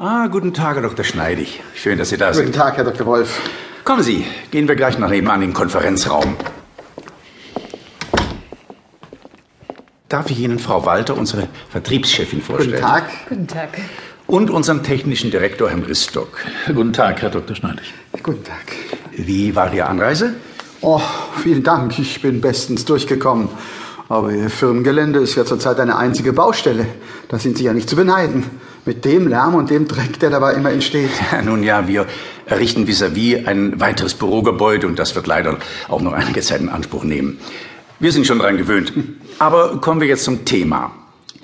Guten Tag, Herr Dr. Schneidig. Schön, dass Sie da sind. Guten Tag, Herr Dr. Wolf. Kommen Sie, gehen wir gleich nach nebenan in den Konferenzraum. Darf ich Ihnen Frau Walter, unsere Vertriebschefin, vorstellen? Guten Tag. Guten Tag. Und unseren technischen Direktor, Herrn Ristock. Guten Tag, Herr Dr. Schneidig. Guten Tag. Wie war Ihre Anreise? Oh, vielen Dank. Ich bin bestens durchgekommen. Aber Ihr Firmengelände ist ja zurzeit eine einzige Baustelle. Da sind Sie ja nicht zu beneiden. Mit dem Lärm und dem Dreck, der dabei immer entsteht. Ja, nun ja, wir errichten vis-à-vis ein weiteres Bürogebäude und das wird leider auch noch einige Zeit in Anspruch nehmen. Wir sind schon daran gewöhnt. Aber kommen wir jetzt zum Thema.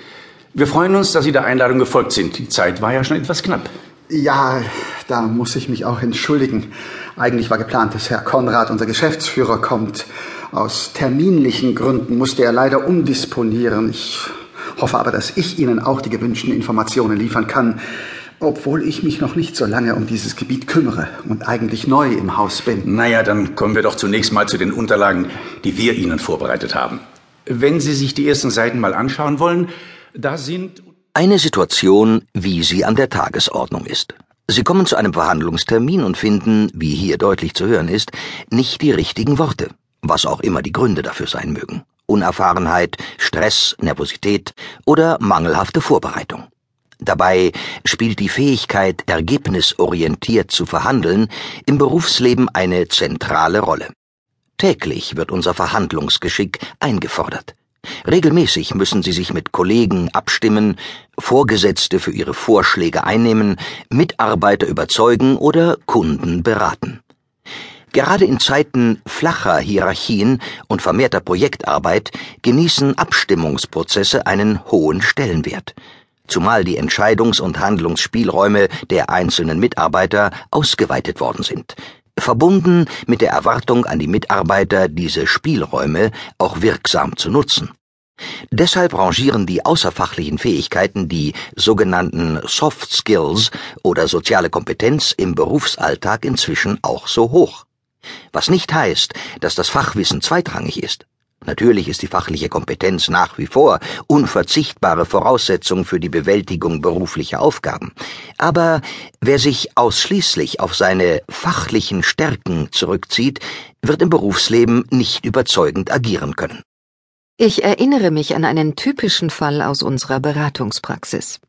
Wir freuen uns, dass Sie der Einladung gefolgt sind. Die Zeit war ja schon etwas knapp. Ja, da muss ich mich auch entschuldigen. Eigentlich war geplant, dass Herr Konrad, unser Geschäftsführer, kommt. Aus terminlichen Gründen musste er leider umdisponieren. Ich hoffe aber, dass ich Ihnen auch die gewünschten Informationen liefern kann, obwohl ich mich noch nicht so lange um dieses Gebiet kümmere und eigentlich neu im Haus bin. Naja, dann kommen wir doch zunächst mal zu den Unterlagen, die wir Ihnen vorbereitet haben. Wenn Sie sich die ersten Seiten mal anschauen wollen, da sind... Eine Situation, wie sie an der Tagesordnung ist. Sie kommen zu einem Verhandlungstermin und finden, wie hier deutlich zu hören ist, nicht die richtigen Worte, was auch immer die Gründe dafür sein mögen. Unerfahrenheit, Stress, Nervosität oder mangelhafte Vorbereitung. Dabei spielt die Fähigkeit, ergebnisorientiert zu verhandeln, im Berufsleben eine zentrale Rolle. Täglich wird unser Verhandlungsgeschick eingefordert. Regelmäßig müssen Sie sich mit Kollegen abstimmen, Vorgesetzte für Ihre Vorschläge einnehmen, Mitarbeiter überzeugen oder Kunden beraten. Gerade in Zeiten flacher Hierarchien und vermehrter Projektarbeit genießen Abstimmungsprozesse einen hohen Stellenwert, zumal die Entscheidungs- und Handlungsspielräume der einzelnen Mitarbeiter ausgeweitet worden sind, verbunden mit der Erwartung an die Mitarbeiter, diese Spielräume auch wirksam zu nutzen. Deshalb rangieren die außerfachlichen Fähigkeiten, die sogenannten Soft Skills oder soziale Kompetenz im Berufsalltag inzwischen auch so hoch. Was nicht heißt, dass das Fachwissen zweitrangig ist. Natürlich ist die fachliche Kompetenz nach wie vor unverzichtbare Voraussetzung für die Bewältigung beruflicher Aufgaben. Aber wer sich ausschließlich auf seine fachlichen Stärken zurückzieht, wird im Berufsleben nicht überzeugend agieren können. Ich erinnere mich an einen typischen Fall aus unserer Beratungspraxis.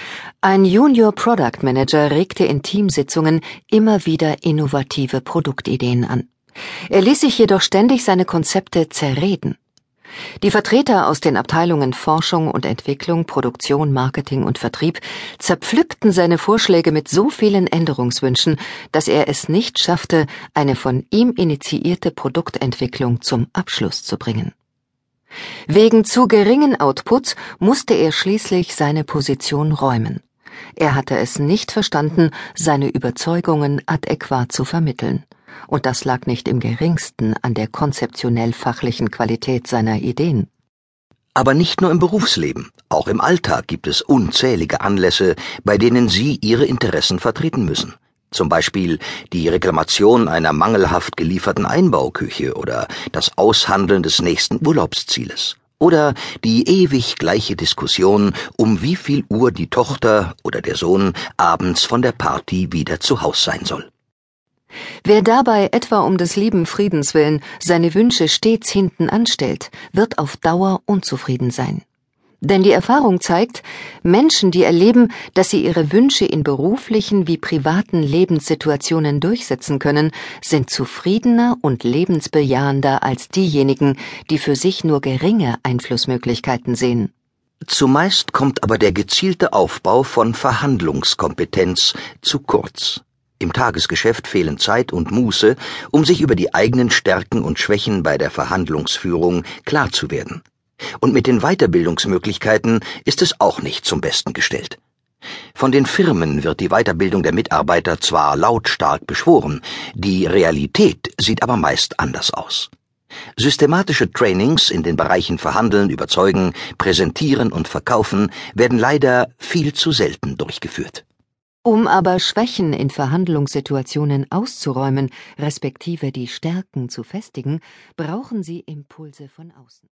Ein Junior Product Manager regte in Teamsitzungen immer wieder innovative Produktideen an. Er ließ sich jedoch ständig seine Konzepte zerreden. Die Vertreter aus den Abteilungen Forschung und Entwicklung, Produktion, Marketing und Vertrieb zerpflückten seine Vorschläge mit so vielen Änderungswünschen, dass er es nicht schaffte, eine von ihm initiierte Produktentwicklung zum Abschluss zu bringen. Wegen zu geringen Outputs musste er schließlich seine Position räumen. Er hatte es nicht verstanden, seine Überzeugungen adäquat zu vermitteln. Und das lag nicht im geringsten an der konzeptionell-fachlichen Qualität seiner Ideen. Aber nicht nur im Berufsleben, auch im Alltag gibt es unzählige Anlässe, bei denen Sie Ihre Interessen vertreten müssen. Zum Beispiel die Reklamation einer mangelhaft gelieferten Einbauküche oder das Aushandeln des nächsten Urlaubszieles. Oder die ewig gleiche Diskussion, um wie viel Uhr die Tochter oder der Sohn abends von der Party wieder zu Haus sein soll. Wer dabei etwa um des lieben Friedens willen seine Wünsche stets hinten anstellt, wird auf Dauer unzufrieden sein. Denn die Erfahrung zeigt, Menschen, die erleben, dass sie ihre Wünsche in beruflichen wie privaten Lebenssituationen durchsetzen können, sind zufriedener und lebensbejahender als diejenigen, die für sich nur geringe Einflussmöglichkeiten sehen. Zumeist kommt aber der gezielte Aufbau von Verhandlungskompetenz zu kurz. Im Tagesgeschäft fehlen Zeit und Muße, um sich über die eigenen Stärken und Schwächen bei der Verhandlungsführung klar zu werden. Und mit den Weiterbildungsmöglichkeiten ist es auch nicht zum Besten gestellt. Von den Firmen wird die Weiterbildung der Mitarbeiter zwar lautstark beschworen, die Realität sieht aber meist anders aus. Systematische Trainings in den Bereichen Verhandeln, Überzeugen, Präsentieren und Verkaufen werden leider viel zu selten durchgeführt. Um aber Schwächen in Verhandlungssituationen auszuräumen, respektive die Stärken zu festigen, brauchen Sie Impulse von außen.